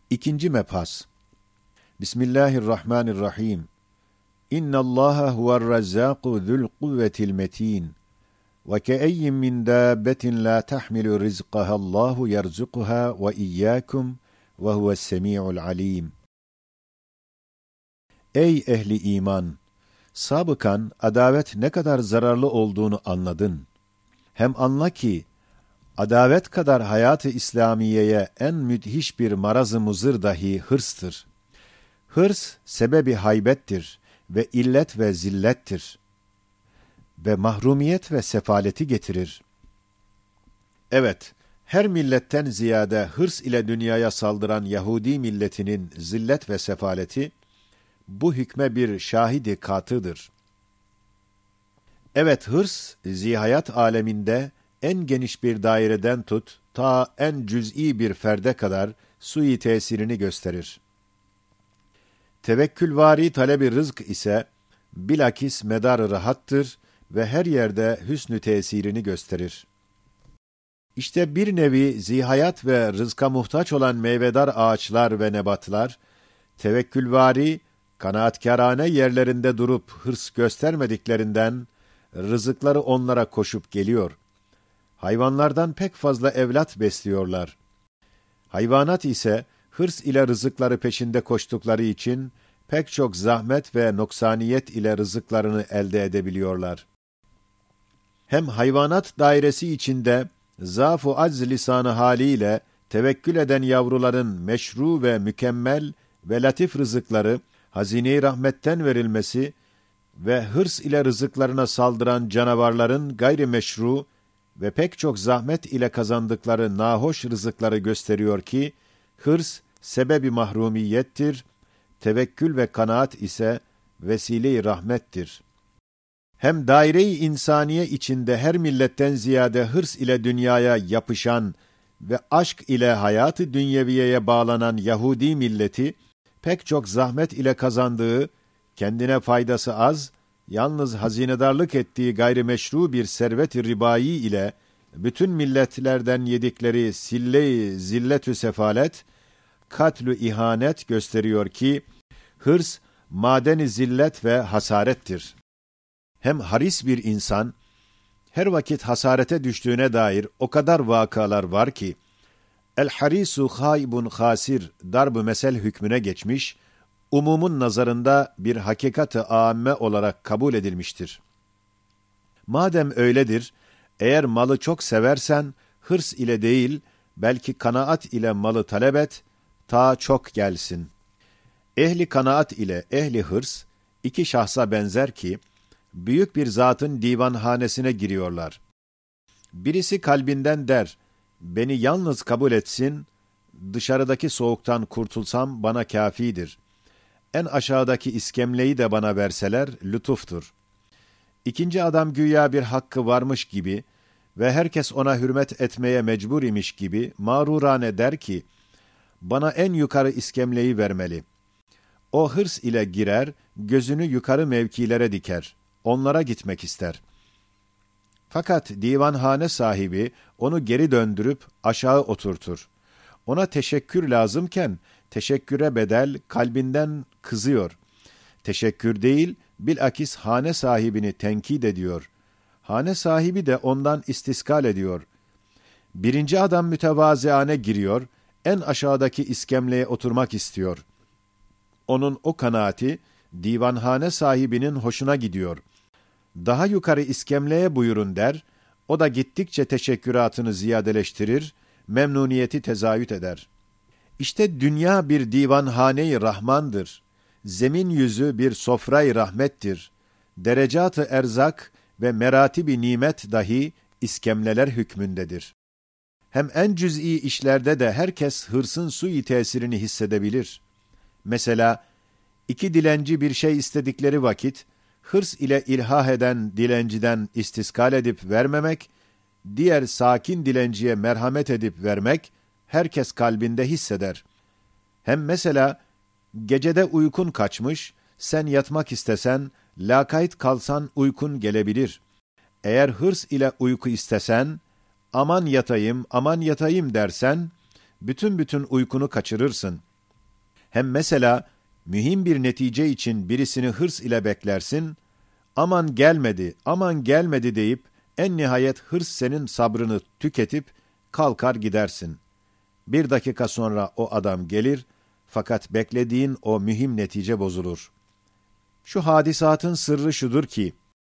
İkinci mebhas. Bismillahirrahmanirrahim. İnnallâhe huve'r-rezzâku zul-kuvvetil metîn. Ve ke'eyyin min dâbbetin lâ tahmilu rizqahallâhu yerzukuhâ ve iyyâkum ve huves-semî'ul alîm. Ey ehli iman! Sabıkan adavet ne kadar zararlı olduğunu anladın. Hem anla ki, adavet kadar hayat-ı İslamiye'ye en müthiş bir maraz-ı muzır dahi hırstır. Hırs, sebebi haybettir ve illet ve zillettir. Ve mahrumiyet ve sefaleti getirir. Evet, her milletten ziyade hırs ile dünyaya saldıran Yahudi milletinin zillet ve sefaleti, bu hükme bir şahidi katıdır. Evet, hırs, zihayat aleminde en geniş bir daireden tut, ta en cüz'i bir ferde kadar sui tesirini gösterir. Tevekkülvari talep-i rızk ise, bilakis medar-ı rahattır ve her yerde hüsnü tesirini gösterir. İşte bir nevi zihayat ve rızka muhtaç olan meyvedar ağaçlar ve nebatlar, tevekkülvari, kanaatkârane yerlerinde durup hırs göstermediklerinden, rızıkları onlara koşup geliyor. Hayvanlardan pek fazla evlat besliyorlar. Hayvanat ise, hırs ile rızıkları peşinde koştukları için, pek çok zahmet ve noksaniyet ile rızıklarını elde edebiliyorlar. Hem hayvanat dairesi içinde, zaf-ı acz lisanı haliyle, tevekkül eden yavruların meşru ve mükemmel ve latif rızıkları, hazine-i rahmetten verilmesi ve hırs ile rızıklarına saldıran canavarların gayrimeşru ve pek çok zahmet ile kazandıkları nahoş rızıkları gösteriyor ki, hırs sebebi mahrumiyettir, tevekkül ve kanaat ise vesile-i rahmettir. Hem daire-i insaniye içinde her milletten ziyade hırs ile dünyaya yapışan ve aşk ile hayat-ı dünyeviyeye bağlanan Yahudi milleti, pek çok zahmet ile kazandığı, kendine faydası az, yalnız hazinedarlık ettiği gayrimeşru bir servet-i ribai ile, bütün milletlerden yedikleri sille-i zillet-ü sefalet, katlü ihanet gösteriyor ki, hırs, maden-i zillet ve hasarettir. Hem haris bir insan, her vakit hasarete düştüğüne dair o kadar vakalar var ki, el-harisu haybun hasir darb-ı mesel hükmüne geçmiş, umumun nazarında bir hakikat-ı âmme olarak kabul edilmiştir. Madem öyledir, eğer malı çok seversen, hırs ile değil, belki kanaat ile malı talep et, ta çok gelsin. Ehli kanaat ile ehli hırs, iki şahsa benzer ki, büyük bir zatın divanhanesine giriyorlar. Birisi kalbinden der, beni yalnız kabul etsin, dışarıdaki soğuktan kurtulsam bana kâfidir. En aşağıdaki iskemleyi de bana verseler, lütuftur. İkinci adam güya bir hakkı varmış gibi ve herkes ona hürmet etmeye mecbur imiş gibi mağrurane der ki, bana en yukarı iskemleyi vermeli. O hırs ile girer, gözünü yukarı mevkilere diker. Onlara gitmek ister. Fakat divanhane sahibi onu geri döndürüp aşağı oturtur. Ona teşekkür lazımken, teşekküre bedel kalbinden kızıyor. Teşekkür değil, bilakis hane sahibini tenkit ediyor. Hane sahibi de ondan istiskal ediyor. Birinci adam mütevaziane giriyor, en aşağıdaki iskemleye oturmak istiyor. Onun o kanaati, divanhane sahibinin hoşuna gidiyor. Daha yukarı iskemleye buyurun der, o da gittikçe teşekküratını ziyadeleştirir, memnuniyeti tezahüt eder. İşte dünya bir divanhane-i rahmandır. Zemin yüzü bir sofra-i rahmettir. Derecat-ı erzak ve meratibi nimet dahi iskemleler hükmündedir. Hem en cüz'i işlerde de herkes hırsın sui tesirini hissedebilir. Mesela, iki dilenci bir şey istedikleri vakit, hırs ile ilhah eden dilenciden istiskal edip vermemek, diğer sakin dilenciye merhamet edip vermek, herkes kalbinde hisseder. Hem mesela, gecede uykun kaçmış, sen yatmak istesen, lakayt kalsan uykun gelebilir. Eğer hırs ile uyku istesen, aman yatayım, aman yatayım dersen, bütün uykunu kaçırırsın. Hem mesela mühim bir netice için birisini hırs ile beklersin, aman gelmedi, aman gelmedi deyip en nihayet hırs senin sabrını tüketip kalkar gidersin. Bir dakika sonra o adam gelir, fakat beklediğin o mühim netice bozulur. Şu hadisatın sırrı şudur ki,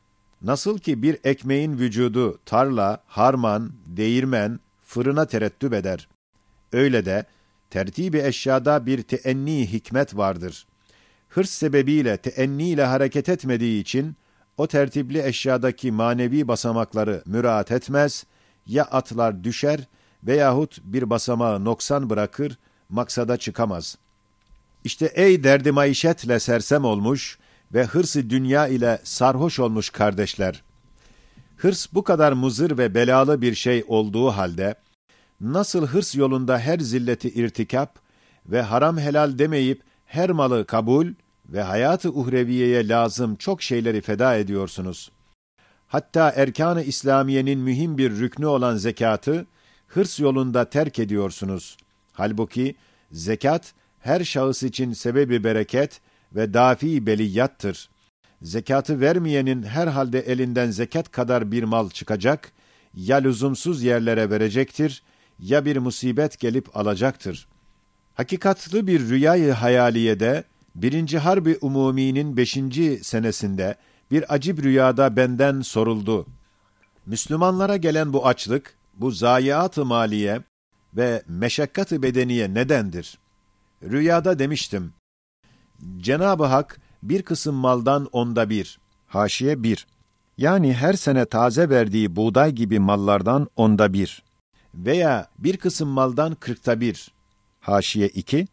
nasıl ki bir ekmeğin vücudu tarla, harman, değirmen, fırına terettüp eder, öyle de tertib-i eşyada bir teenni hikmet vardır. Hırs sebebiyle teenniyle hareket etmediği için, o tertipli eşyadaki manevi basamakları müraat etmez, ya atlar düşer veyahut bir basamağı noksan bırakır, maksada çıkamaz. İşte ey derdi maişetle sersem olmuş ve hırsı dünya ile sarhoş olmuş kardeşler! Hırs bu kadar muzır ve belalı bir şey olduğu halde, nasıl hırs yolunda her zilleti irtikap ve haram helal demeyip her malı kabul ve hayatı uhreviyeye lazım çok şeyleri feda ediyorsunuz. Hatta erkan-ı İslamiye'nin mühim bir rüknü olan zekatı, hırs yolunda terk ediyorsunuz. Halbuki zekat, her şahıs için sebebi bereket ve dafi beliyyattır. Zekatı vermeyenin herhalde elinden zekat kadar bir mal çıkacak, ya lüzumsuz yerlere verecektir, ya bir musibet gelip alacaktır. Hakikatlı bir rüyayı hayaliyede, 1. Harb-i Umumi'nin 5. senesinde bir acip rüyada benden soruldu. Müslümanlara gelen bu açlık, bu zayiat-ı maliye ve meşakkat-ı bedeniye nedendir? Rüyada demiştim, Cenab-ı Hak bir kısım maldan 1/10, haşiye 1, yani her sene taze verdiği buğday gibi mallardan 1/10 veya bir kısım maldan 1/40, haşiye 2,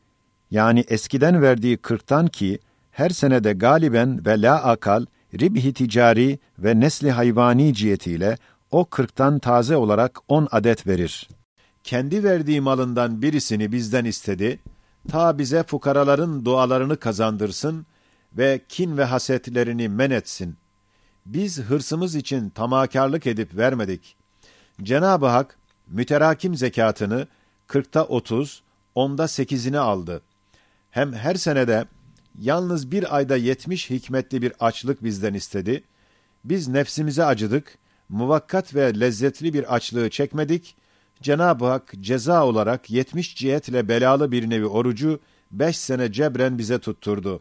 yani eskiden verdiği 40'tan ki her senede galiben ve la akal ribhi ticari ve nesli hayvani cihetiyle o 40'tan taze olarak 10 adet verir. Kendi verdiği malından birisini bizden istedi, ta bize fukaraların dualarını kazandırsın ve kin ve hasetlerini men etsin. Biz hırsımız için tamahkârlık edip vermedik. Cenab-ı Hak müterakim zekatını 40'ta 30, 10'da 8'ini aldı. Hem her senede yalnız bir ayda 70 hikmetli bir açlık bizden istedi. Biz nefsimize acıdık, muvakkat ve lezzetli bir açlığı çekmedik. Cenab-ı Hak ceza olarak 70 cihetle belalı bir nevi orucu 5 sene cebren bize tutturdu.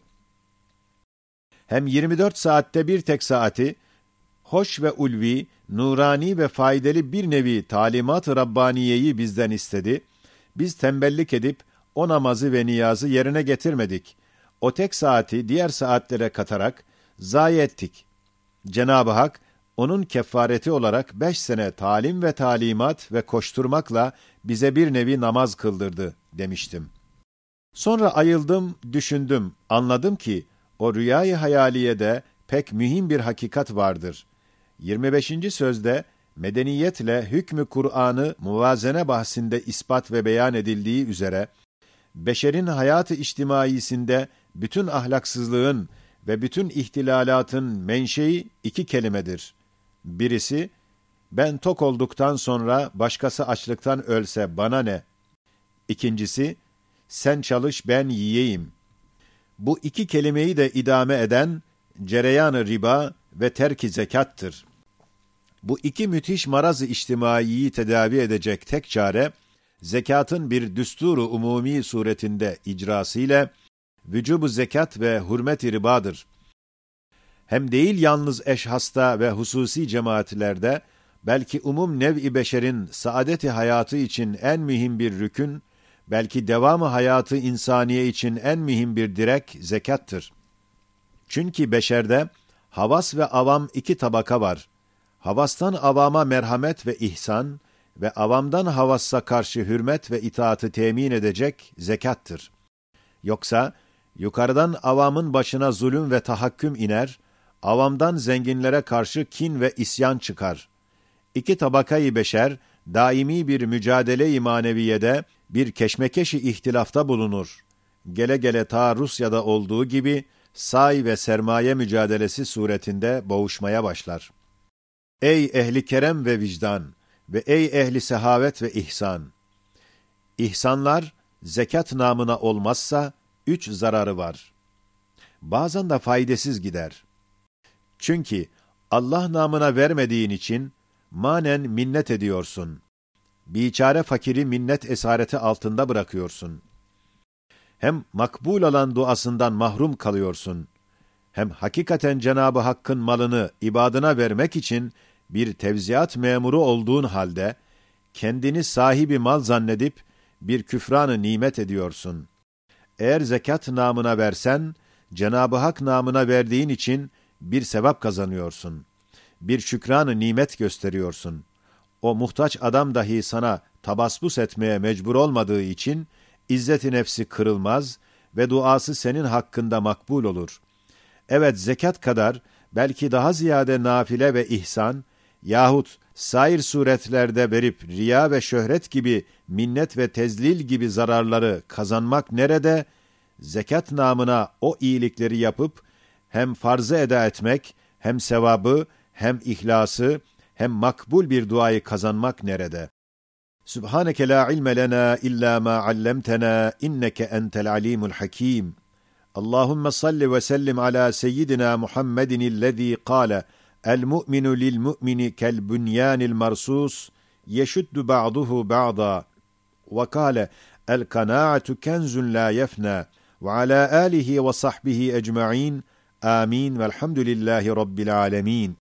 Hem 24 saatte bir tek saati, hoş ve ulvi, nurani ve faydalı bir nevi talimat-ı Rabbaniye'yi bizden istedi. Biz tembellik edip o namazı ve niyazı yerine getirmedik. O tek saati diğer saatlere katarak zayi ettik. Cenab-ı Hak, onun kefareti olarak 5 sene talim ve talimat ve koşturmakla bize bir nevi namaz kıldırdı demiştim. Sonra ayıldım, düşündüm, anladım ki o rüyayı hayaliyede pek mühim bir hakikat vardır. 25. sözde medeniyetle hükmü Kur'an'ı muvazene bahsinde ispat ve beyan edildiği üzere, beşerin hayatı içtimaisinde bütün ahlaksızlığın ve bütün ihtilalatın menşei 2 kelimedir. Birisi, ben tok olduktan sonra başkası açlıktan ölse bana ne? İkincisi, sen çalış ben yiyeyim. Bu 2 kelimeyi de idame eden, cereyan-ı riba ve terk-i zekattır. Bu 2 müthiş maraz-ı içtimaiyi tedavi edecek tek çare, zekatın bir düsturu umumi suretinde icrası ile vücub-u zekat ve hürmet-i ribadır. Hem değil yalnız eşhasta ve hususi cemaatlerde, belki umum nev-i beşerin saadet-i hayatı için en mühim bir rükün, belki devamı hayatı insaniye için en mühim bir direk zekattır. Çünkü beşerde havas ve avam 2 tabaka var. Havastan avama merhamet ve ihsan ve avamdan havassa karşı hürmet ve itaatı temin edecek zekattır. Yoksa yukarıdan avamın başına zulüm ve tahakküm iner, avamdan zenginlere karşı kin ve isyan çıkar. 2 tabakayı beşer, daimi bir mücadele-i maneviyede bir keşmekeşi ihtilafta bulunur. Gele gele ta Rusya'da olduğu gibi say ve sermaye mücadelesi suretinde boğuşmaya başlar. Ey ehli kerem ve vicdan ve ey ehli sehavet ve ihsan! İhsanlar, zekat namına olmazsa 3 zararı var. Bazen de faydasız gider. Çünkü Allah namına vermediğin için manen minnet ediyorsun. Biçare fakiri minnet esareti altında bırakıyorsun. Hem makbul olan duasından mahrum kalıyorsun. Hem hakikaten Cenab-ı Hakk'ın malını ibadına vermek için bir tevziat memuru olduğun halde, kendini sahibi mal zannedip bir küfranı nimet ediyorsun. Eğer zekat namına versen, Cenab-ı Hak namına verdiğin için bir sevap kazanıyorsun. Bir şükranı nimet gösteriyorsun. O muhtaç adam dahi sana tabaspus etmeye mecbur olmadığı için, izzet-i nefsi kırılmaz ve duası senin hakkında makbul olur. Evet, zekat kadar, belki daha ziyade nafile ve ihsan, yahut sair suretlerde verip riya ve şöhret gibi, minnet ve tezlil gibi zararları kazanmak nerede? Zekat namına o iyilikleri yapıp, hem farzı eda etmek, hem sevabı, hem ihlası, hem makbul bir duayı kazanmak nerede? Subhaneke la ilme lena illa ma allamtena inneke entel alimul hakim. Allahümme salli ve sellim ala seyyidina Muhammedin illezî kâle el-mu'minu lil-mu'mini kel-bunyanil marsus yeşuddu ba'duhu ba'da ve kâle el-kanâ'atu kenzun la yefnâ ve alâ âlihi ve sahbihi ecma'in. Amin velhamdülillahi rabbil âlemîn.